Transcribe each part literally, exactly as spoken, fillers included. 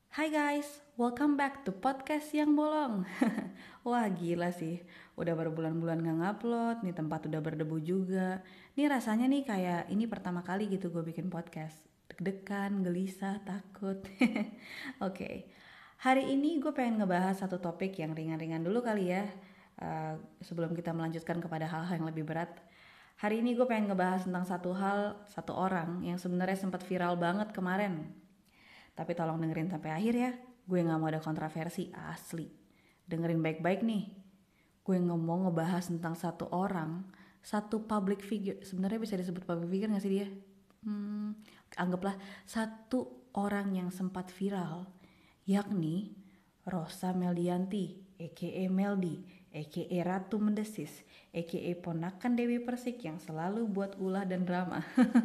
Hai guys, welcome back to podcast yang bolong. Wah gila sih, udah berbulan-bulan gak ngupload, nih tempat udah berdebu juga. Nih rasanya nih kayak ini pertama kali gitu gue bikin podcast. Deg-degan, gelisah, takut. Oke, okay. Hari ini gue pengen ngebahas satu topik yang ringan-ringan dulu kali ya. Uh, sebelum kita melanjutkan kepada hal-hal yang lebih berat. Hari ini gue pengen ngebahas tentang satu hal, satu orang yang sebenarnya sempat viral banget kemarin. Tapi tolong dengerin sampai akhir ya. Gue gak mau ada kontroversi, asli. Dengerin baik-baik nih. Gue gak mau ngebahas tentang satu orang, satu public figure. Sebenarnya bisa disebut public figure gak sih dia? Hmm, anggaplah satu orang yang sempat viral, yakni Rosa Meldianti, aka Meldi, aka Ratu Mendesis, aka ponakan Dewi Persik yang selalu buat ulah dan drama.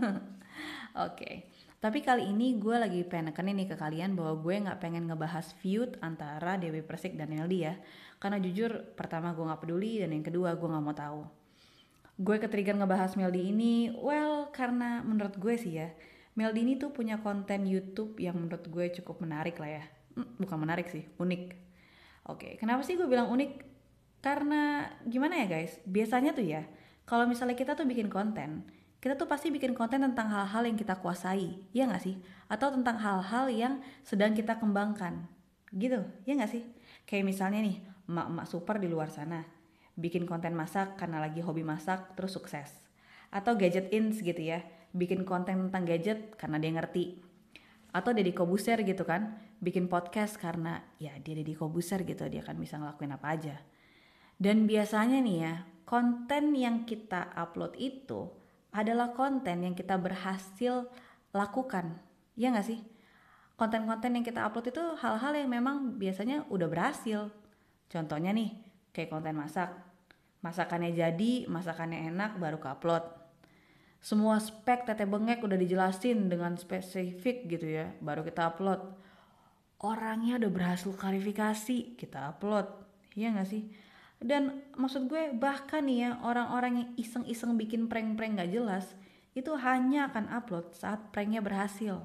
Oke, okay. Tapi kali ini gue lagi pengen nekenin nih ke kalian bahwa gue gak pengen ngebahas feud antara Dewi Persik dan Meldi ya. Karena jujur pertama gue gak peduli dan yang kedua gue gak mau tahu. Gue ketrigger ngebahas Meldi ini, well karena menurut gue sih ya, Meldi ini tuh punya konten YouTube yang menurut gue cukup menarik lah ya. Hmm, bukan menarik sih, unik. Oke, kenapa sih gue bilang unik? Karena gimana ya guys, biasanya tuh ya, kalau misalnya kita tuh bikin konten, kita tuh pasti bikin konten tentang hal-hal yang kita kuasai, ya gak sih? Atau tentang hal-hal yang sedang kita kembangkan, gitu, ya gak sih? Kayak misalnya nih, emak-emak super di luar sana, bikin konten masak karena lagi hobi masak terus sukses. Atau gadget ins gitu ya, bikin konten tentang gadget karena dia ngerti. Atau Deddy Kobuser gitu kan, bikin podcast karena ya dia Deddy Kobuser gitu, dia kan bisa ngelakuin apa aja. Dan biasanya nih ya, konten yang kita upload itu adalah konten yang kita berhasil lakukan, ya gak sih? Konten-konten yang kita upload itu hal-hal yang memang biasanya udah berhasil. Contohnya nih, kayak konten masak. Masakannya jadi, masakannya enak, baru ke upload. Semua spek tete bengek udah dijelasin dengan spesifik gitu ya, baru kita upload. Orangnya udah berhasil klarifikasi, kita upload, ya gak sih? Dan maksud gue bahkan nih ya, orang-orang yang iseng-iseng bikin prank-prank gak jelas, itu hanya akan upload saat pranknya berhasil.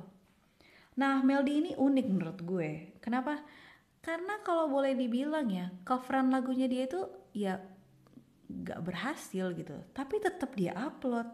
Nah Meldi ini unik menurut gue. Kenapa? Karena kalau boleh dibilang ya, coveran lagunya dia itu ya gak berhasil gitu, tapi tetap dia upload.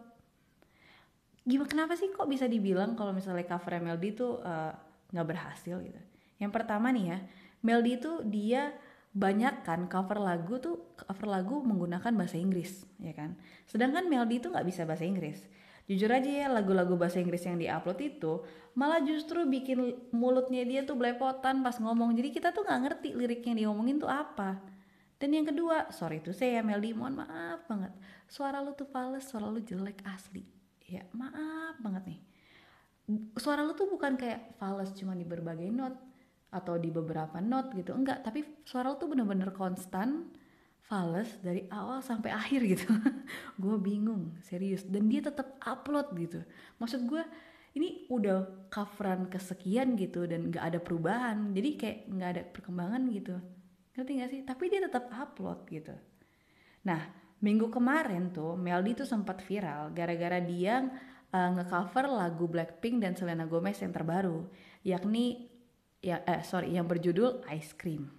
Gimana, kenapa sih kok bisa dibilang kalau misalnya cover Meldi itu uh, gak berhasil gitu? Yang pertama nih ya, Meldi itu dia banyak kan cover lagu tuh cover lagu menggunakan bahasa Inggris ya kan, sedangkan Meldi itu nggak bisa bahasa Inggris. Jujur aja ya, lagu-lagu bahasa Inggris yang diupload itu malah justru bikin mulutnya dia tuh belepotan pas ngomong, jadi kita tuh nggak ngerti lirik yang diomongin tuh apa. Dan yang kedua, sorry tuh saya Meldi, mohon maaf banget, suara lu tuh fals, suara lu jelek asli ya, maaf banget nih. Suara lu tuh bukan kayak fals cuma di berbagai note atau di beberapa note gitu, enggak, tapi suara lu tuh bener-bener konstan fals dari awal sampai akhir gitu. Gue bingung serius, dan dia tetap upload gitu. Maksud gue ini udah coveran kesekian gitu dan nggak ada perubahan, jadi kayak nggak ada perkembangan gitu, ngerti nggak sih? Tapi dia tetap upload gitu. Nah minggu kemarin tuh Meldi tuh sempat viral gara-gara dia uh, ngecover lagu Blackpink dan Selena Gomez yang terbaru, yakni ya eh sorry yang berjudul Ice Cream.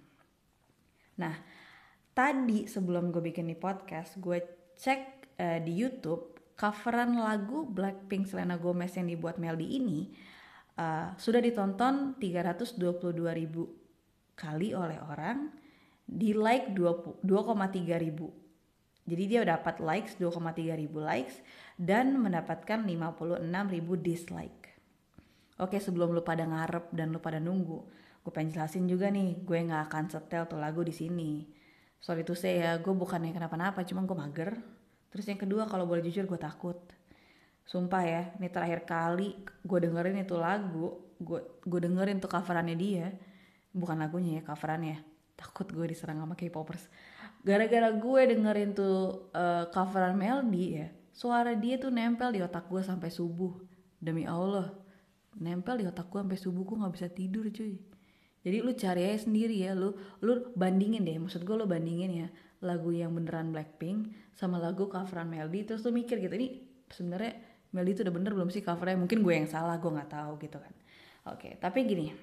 Nah tadi sebelum gue bikin nih podcast, gue cek uh, di YouTube coveran lagu Blackpink Selena Gomez yang dibuat Meldi ini uh, sudah ditonton tiga ratus dua puluh dua ribu kali oleh orang, di like dua koma tiga ribu. Jadi dia dapat likes dua koma tiga ribu likes dan mendapatkan lima puluh enam ribu dislike. Oke, sebelum lu pada ngarep dan lu pada nunggu, gue pengen jelasin juga nih, gue nggak akan setel tuh lagu di sini. Sorry tuh saya, gue bukannya kenapa-napa, cuma gue mager. Terus yang kedua, kalau boleh jujur gue takut. Sumpah ya, ini terakhir kali gue dengerin itu lagu, gue gue dengerin tuh coverannya dia, bukan lagunya ya, coverannya. Takut gue diserang sama K-popers. Gara-gara gue dengerin tuh uh, coveran Meldi ya, suara dia tuh nempel di otak gue sampai subuh. Demi Allah, nempel di otak gue sampai subuh, gue nggak bisa tidur cuy. Jadi lu cari aja sendiri ya, lu lu bandingin deh, maksud gue lu bandingin ya lagu yang beneran Blackpink sama lagu coveran Meldi, terus lu mikir gitu, ini sebenarnya Meldi itu udah bener belum sih covernya? Mungkin gue yang salah, gue nggak tahu gitu kan. Oke, tapi gini,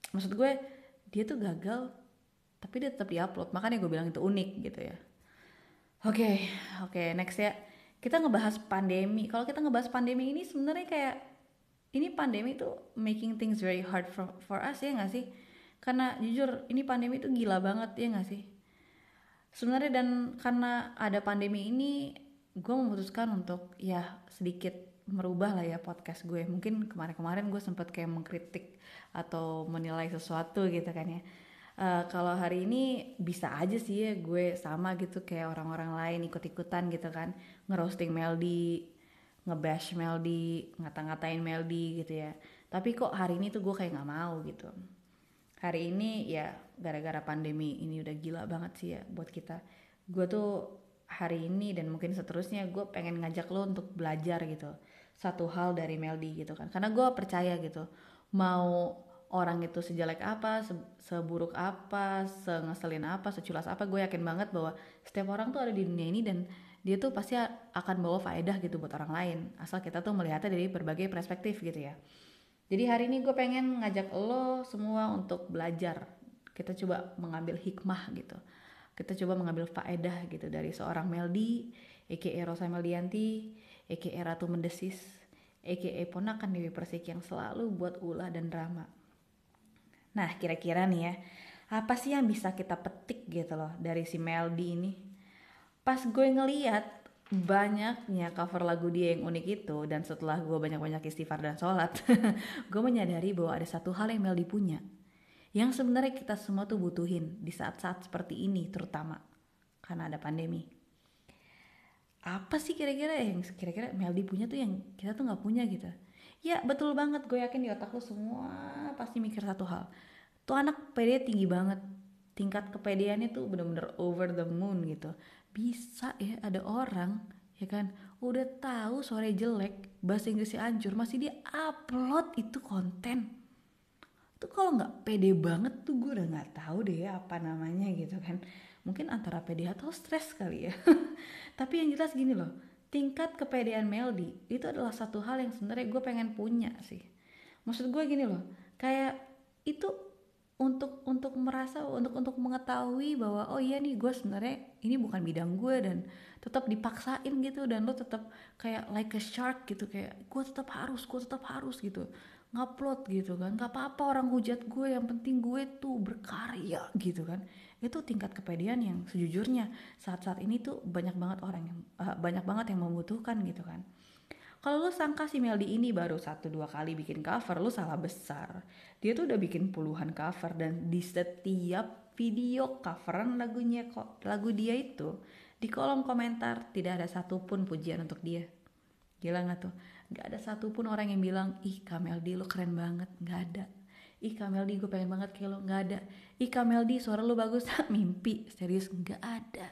maksud gue dia tuh gagal tapi dia tetap diupload, makanya gue bilang itu unik gitu ya. Oke, okay, oke okay, next ya. Kita ngebahas pandemi. Kalau kita ngebahas pandemi ini sebenarnya kayak ini pandemi tuh making things very hard for, for us ya nggak sih? Karena jujur ini pandemi tuh gila banget ya nggak sih? Sebenarnya dan karena ada pandemi ini, gue memutuskan untuk ya sedikit merubah lah ya podcast gue. Mungkin kemarin-kemarin gue sempat kayak mengkritik atau menilai sesuatu gitu kan ya. Uh, kalau hari ini bisa aja sih ya gue sama gitu kayak orang-orang lain ikut-ikutan gitu kan, ngerosting Meldi, ngebash Meldi, ngata-ngatain Meldi gitu ya. Tapi kok hari ini tuh gue kayak nggak mau gitu. Hari ini ya gara-gara pandemi ini udah gila banget sih ya buat kita. Gue tuh hari ini dan mungkin seterusnya gue pengen ngajak lo untuk belajar gitu satu hal dari Meldi gitu kan. Karena gue percaya gitu, mau orang itu sejelek apa, se- seburuk apa, sengeselin apa, seculas apa, gue yakin banget bahwa setiap orang tuh ada di dunia ini dan dia tuh pasti akan bawa faedah gitu buat orang lain, asal kita tuh melihatnya dari berbagai perspektif gitu ya. Jadi hari ini gue pengen ngajak lo semua untuk belajar, kita coba mengambil hikmah gitu, kita coba mengambil faedah gitu dari seorang Meldi aka Rosa Meldianti aka Ratu Mendesis aka ponakan Dewi Persik yang selalu buat ulah dan drama. Nah kira-kira nih ya, apa sih yang bisa kita petik gitu loh dari si Meldi ini? Pas gue ngeliat banyaknya cover lagu dia yang unik itu, dan setelah gue banyak-banyak istighfar dan sholat, gue menyadari bahwa ada satu hal yang Meldi punya, yang sebenarnya kita semua tuh butuhin di saat-saat seperti ini, terutama karena ada pandemi. Apa sih kira-kira yang kira-kira Meldi punya tuh yang kita tuh nggak punya gitu? Ya betul banget, gue yakin di otak lo semua pasti mikir satu hal. Tuh anak pede tinggi banget, tingkat kepedeannya tuh bener-bener over the moon gitu. Bisa ya ada orang ya kan udah tahu suara jelek, bahasa Inggrisnya hancur, masih dia upload itu konten. Tuh kalau nggak pede banget tuh gue udah nggak tahu deh ya apa namanya gitu kan. Mungkin antara pede atau stres kali ya. Tapi yang jelas gini loh, tingkat kepedean Meldi itu adalah satu hal yang sebenarnya gue pengen punya sih. Maksud gue gini loh, kayak itu untuk untuk merasa untuk untuk mengetahui bahwa oh iya nih gue sebenarnya ini bukan bidang gue, dan tetap dipaksain gitu, dan lo tetap kayak like a shark gitu, kayak gue tetap harus gue tetap harus gitu ngupload gitu kan, nggak apa-apa orang hujat gue, yang penting gue tuh berkarya gitu kan. Itu tingkat kepedean yang sejujurnya saat-saat ini tuh banyak banget orang yang uh, banyak banget yang membutuhkan gitu kan. Kalau lo sangka si Meldi ini baru satu dua kali bikin cover, lo salah besar. Dia tuh udah bikin puluhan cover, dan di setiap video coveran lagunya kok lagu dia itu, di kolom komentar tidak ada satupun pujian untuk dia. Gila gak tuh? Gak ada satupun orang yang bilang, ih Kak Meldi lo keren banget. Gak ada. Ih Kak Meldi gue pengen banget kayak lo. Gak ada. Ih Kak Meldi suara lo bagus. Mimpi. Serius gak ada.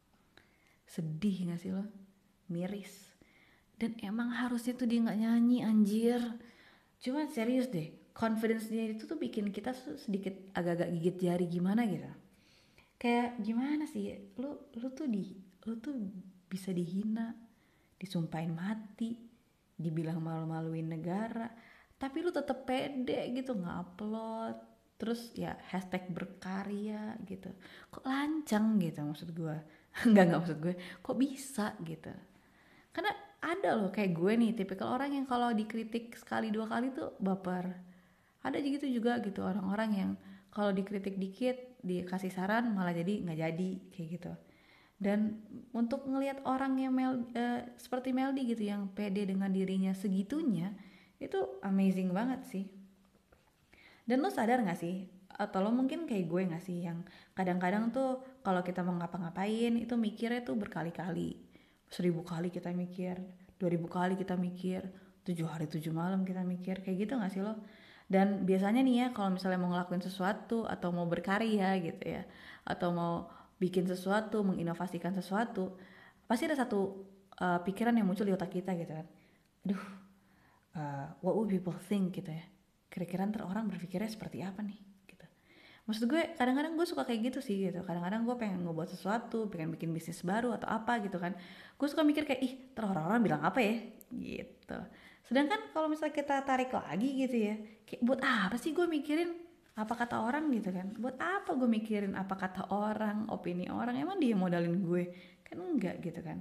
Sedih gak sih lo? Miris. Dan emang harusnya tuh dia gak nyanyi anjir. Cuman serius deh, confidence-nya itu tuh bikin kita sedikit agak-agak gigit jari gimana gitu. Kayak gimana sih, lu lu tuh di lu tuh bisa dihina, disumpahin mati, dibilang malu-maluin negara, tapi lu tetep pede gitu nge-upload, terus ya hashtag berkarya gitu. Kok lancang gitu maksud gue. Enggak enggak maksud gue, kok bisa gitu. Karena ada loh kayak gue nih, tipikal orang yang kalau dikritik sekali dua kali tuh baper. Ada gitu juga gitu orang-orang yang kalau dikritik dikit dikasih saran malah jadi nggak jadi kayak gitu. Dan untuk ngelihat orang yang Mel, uh, seperti Meldi gitu yang pede dengan dirinya segitunya, itu amazing banget sih. Dan lo sadar gak sih, atau lo mungkin kayak gue gak sih, yang kadang-kadang tuh kalau kita mau ngapa-ngapain itu mikirnya tuh berkali-kali, seribu kali kita mikir, dua ribu kali kita mikir, tujuh hari tujuh malam kita mikir, kayak gitu gak sih lo? Dan biasanya nih ya kalau misalnya mau ngelakuin sesuatu atau mau berkarya gitu ya, atau mau bikin sesuatu, menginovasikan sesuatu, pasti ada satu uh, pikiran yang muncul di otak kita gitu kan. Aduh, uh, what would people think gitu ya. Kira-kira ntar orang berpikirnya seperti apa nih gitu. Maksud gue kadang-kadang gue suka kayak gitu sih gitu. Kadang-kadang gue pengen ngebuat sesuatu, pengen bikin bisnis baru atau apa gitu kan. Gue suka mikir kayak, ih ntar orang-orang bilang apa ya gitu. Sedangkan kalau misalnya kita tarik lagi gitu ya, kayak buat apa sih gue mikirin apa kata orang gitu kan. Buat apa gue mikirin apa kata orang, opini orang, emang dia modalin gue? Kan enggak gitu kan.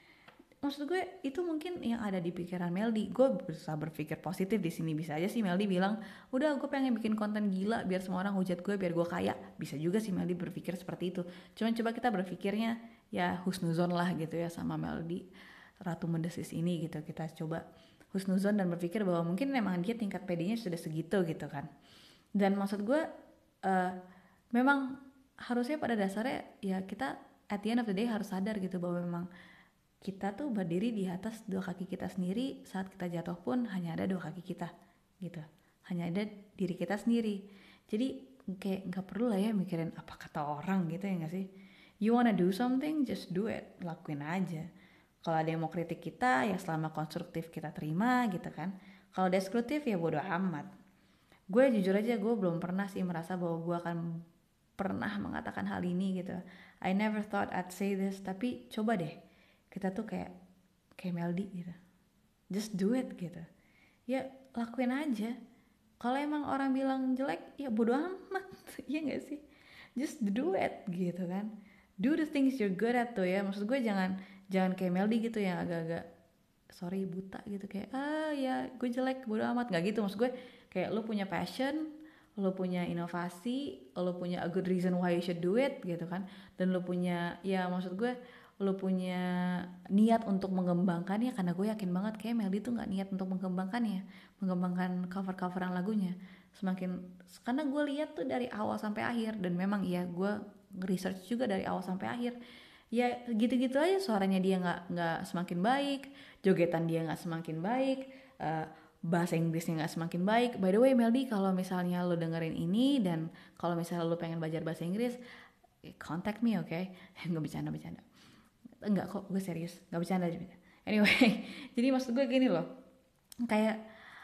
Maksud gue itu mungkin yang ada di pikiran Meldi. Gue berusaha berpikir positif di sini. Bisa aja sih Meldi bilang, udah gue pengen bikin konten gila biar semua orang hujat gue, biar gue kaya. Bisa juga sih Meldi berpikir seperti itu. Cuman coba kita berpikirnya ya husnuzon lah gitu ya sama Meldi, Ratu Mendesis ini gitu. Kita coba husnuzon dan berpikir bahwa mungkin memang dia tingkat pedenya sudah segitu gitu kan. Dan maksud gue uh, memang harusnya pada dasarnya ya kita at the end of the day harus sadar gitu bahwa memang kita tuh berdiri di atas dua kaki kita sendiri. Saat kita jatuh pun hanya ada dua kaki kita gitu, hanya ada diri kita sendiri. Jadi kayak gak perlu lah ya mikirin apa kata orang gitu ya gak sih. You wanna do something, just do it, lakuin aja. Kalau ada yang mau kritik kita ya selama konstruktif kita terima gitu kan. Kalau destruktif ya bodo amat. Gue jujur aja gue belum pernah sih merasa bahwa gue akan pernah mengatakan hal ini gitu. I never thought I'd say this, tapi coba deh kita tuh kayak kayak Meldi gitu, just do it gitu ya, lakuin aja. Kalau emang orang bilang jelek ya bodo amat ya nggak sih, just do it gitu kan. Do the things you're good at tuh ya. Maksud gue jangan jangan kayak Meldi gitu yang agak-agak sorry buta gitu, kayak ah ya gue jelek bodo amat, nggak gitu. Maksud gue kayak lo punya passion, lo punya inovasi, lo punya a good reason why you should do it gitu kan. Dan lo punya ya maksud gue lo punya niat untuk mengembangkannya, karena gue yakin banget kayak Meldi tuh nggak niat untuk mengembangkannya, mengembangkan cover-coveran lagunya. Semakin karena gue lihat tuh dari awal sampai akhir, dan memang ya gue research juga dari awal sampai akhir, ya gitu-gitu aja. Suaranya dia nggak nggak semakin baik, jogetan dia nggak semakin baik, uh, bahasa Inggrisnya nggak semakin baik. By the way Meldi, kalau misalnya lo dengerin ini dan kalau misalnya lo pengen belajar bahasa Inggris, contact me, oke? Okay? Nggak bercanda-bercanda. Enggak kok, gue serius, nggak bercanda. Anyway, jadi maksud gue gini loh, kayak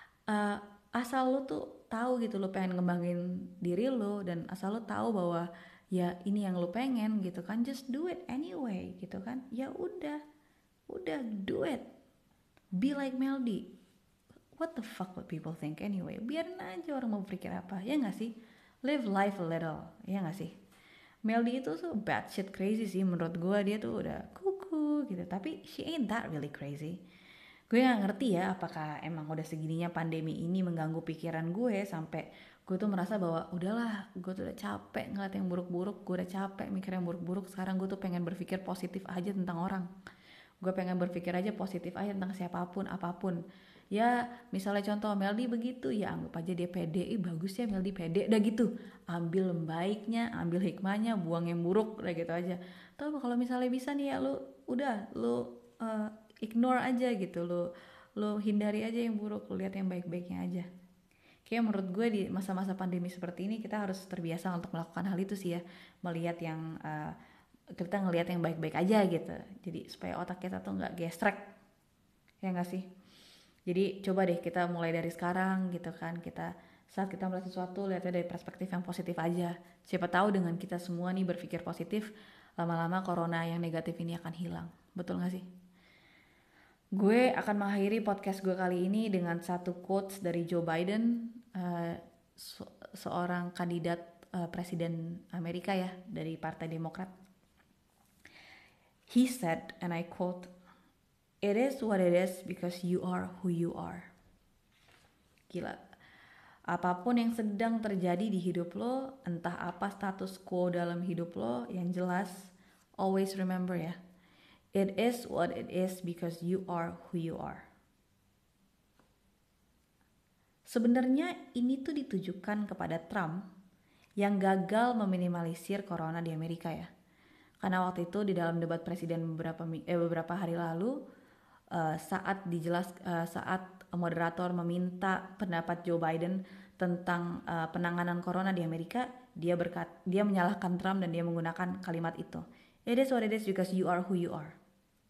uh, asal lo tuh tahu gitu lo pengen ngembangin diri lo, dan asal lo tahu bahwa ya ini yang lo pengen gitu kan, just do it anyway gitu kan. Ya udah, udah do it, be like Meldi. What the fuck what people think anyway, biarin aja orang mau berpikir apa, ya nggak sih. Live life a little, ya nggak sih. Meldi itu tuh bad shit crazy sih menurut gue. Dia tuh udah kuku gitu, tapi she ain't that really crazy. Gue gak ngerti ya apakah emang udah segininya pandemi ini mengganggu pikiran gue sampai gue tuh merasa bahwa udahlah, gue tuh udah capek ngeliat yang buruk-buruk, gue udah capek mikir yang buruk-buruk. Sekarang gue tuh pengen berpikir positif aja tentang orang. Gue pengen berpikir aja positif aja tentang siapapun, apapun. Ya misalnya contoh Meldi begitu, ya anggap aja dia pede. Ih bagus ya Meldi pede, udah gitu. Ambil baiknya, ambil hikmahnya, buang yang buruk, udah gitu aja. Tuh kalau misalnya bisa nih ya lu udah lu uh, ignore aja gitu, lu lu hindari aja yang buruk, lu lihat yang baik-baiknya aja. Kayak menurut gue di masa-masa pandemi seperti ini kita harus terbiasa untuk melakukan hal itu sih ya, melihat yang uh, kita ngelihat yang baik-baik aja gitu. Jadi supaya otak kita tuh nggak gestrek, ya nggak sih. Jadi coba deh kita mulai dari sekarang gitu kan, kita saat kita melihat sesuatu lihatnya dari perspektif yang positif aja. Siapa tahu dengan kita semua nih berpikir positif, lama-lama corona yang negatif ini akan hilang. Betul gak sih? Gue akan mengakhiri podcast gue kali ini dengan satu quotes dari Joe Biden, uh, se- seorang kandidat uh, presiden Amerika ya dari Partai Demokrat. He said, and I quote, "It is what it is because you are who you are." Gila. Apapun yang sedang terjadi di hidup lo, entah apa status quo dalam hidup lo, yang jelas, always remember ya, it is what it is because you are who you are. Sebenarnya ini tuh ditujukan kepada Trump yang gagal meminimalisir corona di Amerika ya. Karena waktu itu di dalam debat presiden beberapa eh, beberapa hari lalu, uh, saat dijelas uh, saat moderator meminta pendapat Joe Biden tentang uh, penanganan corona di Amerika, dia berkat dia menyalahkan Trump dan dia menggunakan kalimat itu. It is what it is because you are who you are.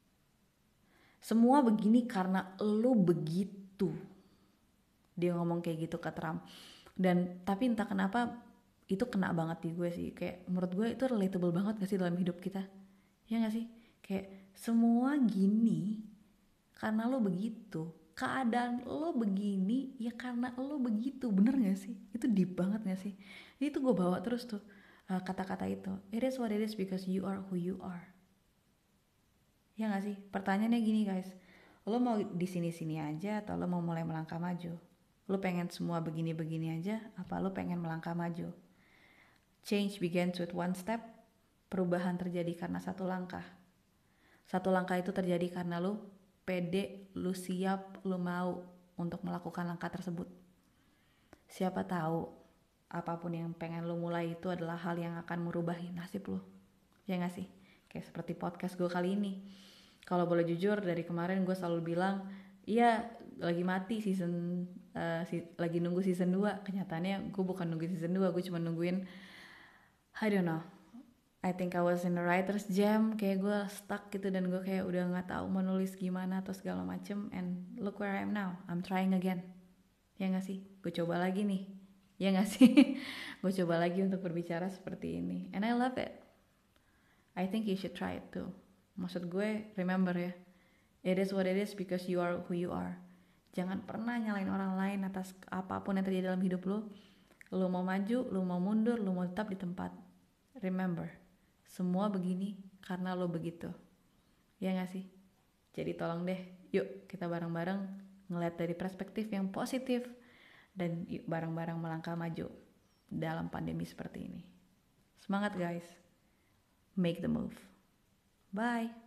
Semua begini karena lo begitu. Dia ngomong kayak gitu ke Trump. Dan tapi entah kenapa itu kena banget di gue sih. Kayak menurut gue itu relatable banget gak sih dalam hidup kita? Ya gak sih? Kayak semua gini karena lo begitu. keadaan lo begini ya karena lo begitu, bener gak sih? Itu deep banget gak sih? Itu gue bawa terus tuh uh, kata-kata itu. It is what it is because you are who you are. Ya gak sih? Pertanyaannya gini guys, lo mau di sini-sini aja atau lo mau mulai melangkah maju? Lo pengen semua begini-begini aja apa lo pengen melangkah maju? Change begins with one step. Perubahan terjadi karena satu langkah. Satu langkah itu terjadi karena lo pede, lo siap, lo mau untuk melakukan langkah tersebut. Siapa tahu apapun yang pengen lo mulai itu adalah hal yang akan merubah nasib lo. Ya gak sih? Kayak seperti podcast gue kali ini. Kalau boleh jujur, dari kemarin gue selalu bilang, iya lagi mati season, uh, si, lagi nunggu season dua. Kenyataannya gue bukan nunggu season dua, gue cuma nungguin, I don't know, I think I was in the writer's jam, kayak gue stuck gitu dan gue kayak udah gak tahu mau nulis gimana atau segala macem. And look where I am now, I'm trying again. Ya gak sih? Gue coba lagi nih. Ya gak sih? Gue coba lagi untuk berbicara seperti ini. And I love it. I think you should try it too. Maksud gue, remember ya, it is what it is because you are who you are. Jangan pernah nyalain orang lain atas apapun yang terjadi dalam hidup lo. Lo mau maju, lo mau mundur, lo mau tetap di tempat. Remember, semua begini karena lo begitu. Ya gak sih? Jadi tolong deh, yuk kita bareng-bareng ngeliat dari perspektif yang positif dan yuk bareng-bareng melangkah maju dalam pandemi seperti ini. Semangat guys, make the move. Bye.